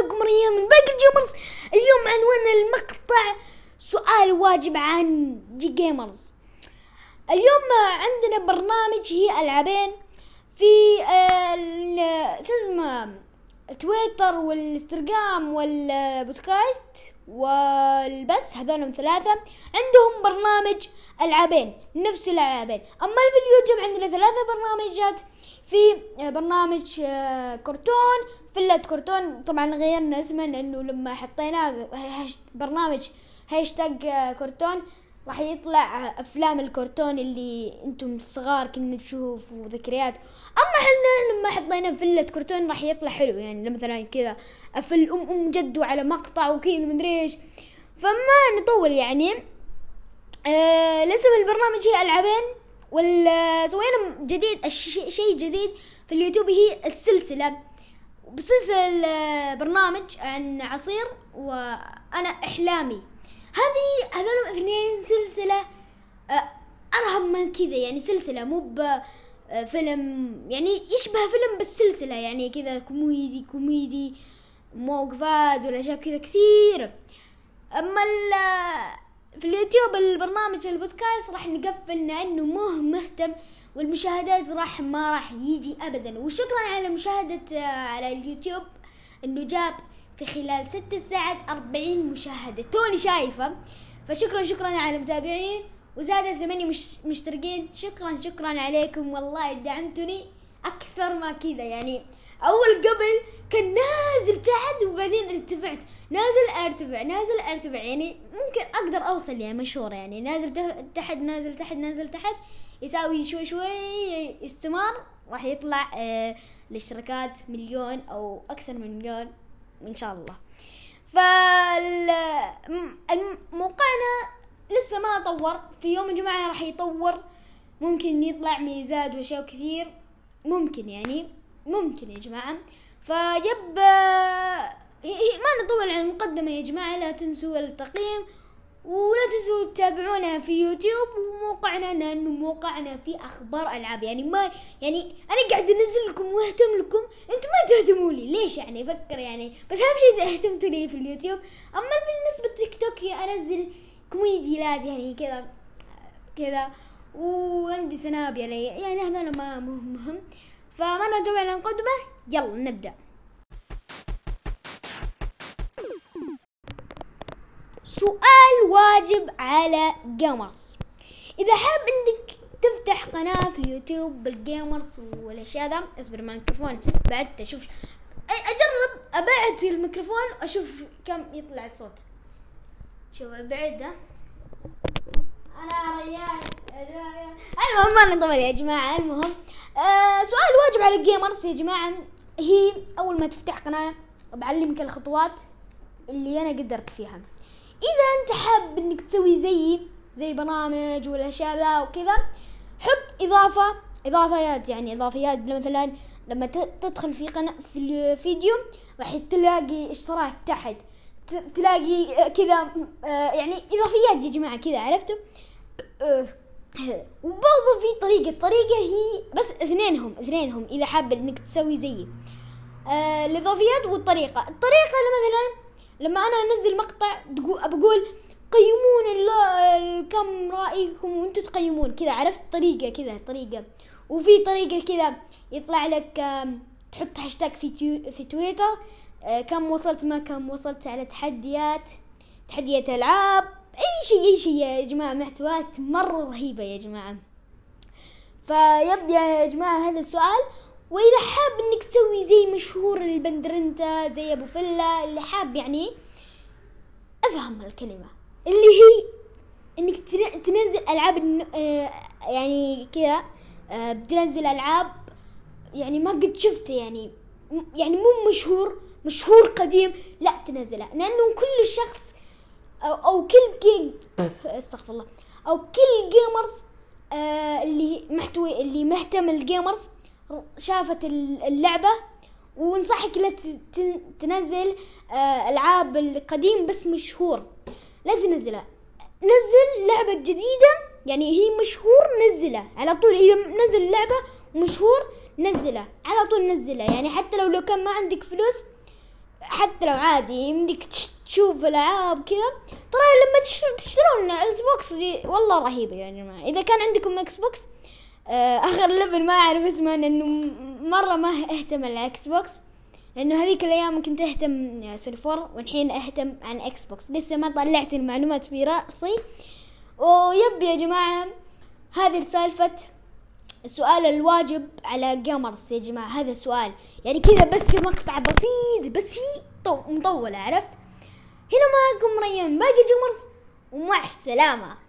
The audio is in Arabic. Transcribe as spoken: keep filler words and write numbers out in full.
معاكم ريان من باقي جيمرز. اليوم عنوان المقطع سؤال واجب عن جي جيمرز. اليوم عندنا برنامج هي ألعابين في اسمه تويتر والانستغرام والبودكاست والبس، هذولهم ثلاثة عندهم برنامج ألعابين نفس الألعابين. أما في اليوتيوب عندنا ثلاثة برنامجات. في برنامج كرتون فلة كرتون، طبعا غيرنا اسمه لأنه لما حطيناه برنامج هاشتاج كرتون راح يطلع أفلام الكرتون اللي أنتم صغار كنا تشوفوا ذكريات. أما حنا لما حطينا فلة كرتون راح يطلع حلو، يعني مثلا كذا أفل أم أم جدو على مقطع وكذا مدري إيش. فما نطول يعني. آه لسه البرنامج هي ألعابين، ولا سوينا جديد شيء جديد في اليوتيوب هي السلسلة، بسلسلة برنامج عن عصير وأنا أحلامي. هذه هذول اثنين سلسلة أرهب من كذا، يعني سلسلة مو بفيلم، يعني يشبه فيلم بس سلسلة، يعني كذا كوميدي كوميدي موقفات ولا أشياء كذا كثير. أما في اليوتيوب البرنامج البودكاست راح نقفل لأنه مو مهتم، والمشاهدات راح ما راح يجي أبدا. وشكرا على مشاهدة على اليوتيوب إنه جاب في خلال ست ساعات أربعين مشاهدة توني شايفة. فشكرا شكرا على المتابعين، وزادت ثمانية مش مشتركين. شكرا شكرا عليكم والله، دعمتني أكثر ما كذا. يعني أول قبل كان نازل تحت وبعدين ارتفعت، نازل ارتفع نازل ارتفع، يعني ممكن أقدر أوصل يعني مشهور، يعني نازل تحت نازل تحت نازل تحت يساوي شوي شوي استمر راح يطلع آه الاشتراكات مليون أو أكثر من مليون إن شاء الله. فالموقعنا لسه ما طور، في يوم الجمعة راح يطور، ممكن يطلع ميزات وأشياء كثير، ممكن يعني ممكن يا جماعة. فجب ما نطول عن المقدمة يا جماعة، لا تنسوا التقييم ولا تنسوا تتابعونا في يوتيوب وموقعنا، لأنه موقعنا في أخبار ألعاب. يعني ما يعني أنا قاعد أنزل لكم واهتم لكم، أنتم ما تهتموا لي ليش؟ يعني فكر يعني، بس أهم شيء إذا اهتمتوا لي في اليوتيوب. أما بالنسبة للتيك توك أنزل كوميديات يعني كذا كذا، وعندي سنابيا يعني هذا ما مهم. فما نتابع المقدمة، يلا نبدأ. سؤال واجب على جيمرز. إذا حاب إنك تفتح قناة في اليوتيوب بالجيمرز والأشياء ذا، اصبر مع الميكروفون بعد أشوف، أجرب أبعد الميكروفون أشوف كم يطلع الصوت. شوف أبعد ده، أنا ريان. المهم ما نطول يا جماعة. المهم آه سؤال واجب على الجيمرز يا جماعة. هي أول ما تفتح قناة بعلمك الخطوات اللي أنا قدرت فيها. إذا أنت حاب إنك تسوي زي زي برامج ولا أشياء ذا وكذا، حط إضافة إضافيات، يعني إضافيات مثلا لما تدخل في قناة في الفيديو راح تلاقي اشتراك تحت، تلاقي كذا يعني إضافيات يا جماعة كذا، عرفتوا؟ وبرضه في طريقة الطريقة هي بس اثنينهم اثنينهم إذا حاب إنك تسوي زي الإضافيات والطريقة. الطريقة مثلا لما أنا أنزل مقطع بقول قيمون كم رأيكم وأنتوا تقيمون كذا، عرفت الطريقة كذا طريقة. وفي طريقة كذا يطلع لك تحط هاشتاج في في تويتر كم وصلت ما كم وصلت على تحديات تحديات ألعاب، أي شيء أي شيء يا جماعة. محتويات مرة رهيبة يا جماعة. فيبدأ يا جماعة هذا السؤال. وإذا حاب إنك تسوي زي مشهور البندرنتا زي أبو فلة، اللي حاب يعني أفهم الكلمة اللي هي إنك تنزل ألعاب يعني كذا، بتنزل ألعاب يعني ما قد شفته، يعني يعني مو مشهور مشهور قديم، لا تنزلها، لأنه كل شخص أو, أو كل جيم استغفر الله أو كل جيمرز اللي محتوي اللي مهتم الجيمرز شافت اللعبة. ونصحك لا تنزل ألعاب القديم بس مشهور، لا تنزلها. نزل لعبة جديدة يعني هي مشهور نزلها على طول. إذا نزل لعبة مشهور نزلها على طول، نزلها يعني حتى لو لو كان ما عندك فلوس حتى لو عادي يمديك تشوف العاب كذا. ترى لما تشترون اكس بوكس دي والله رهيبه يا جماعه. اذا كان عندكم اكس بوكس اخر ليفل ما اعرف اسمه لانه مره ما اهتم الاكس بوكس، لانه هذيك الايام كنت اهتم سلفور والحين اهتم عن اكس بوكس، لسه ما طلعت المعلومات في راسي. ويب يا جماعه هذه سالفه السؤال الواجب على جيمرز يا جماعه. هذا سؤال يعني كذا بس مقطع بسيط، بس هي مطوله عرفت. هنا معكم ريان باقي جيمرز ومع السلامه.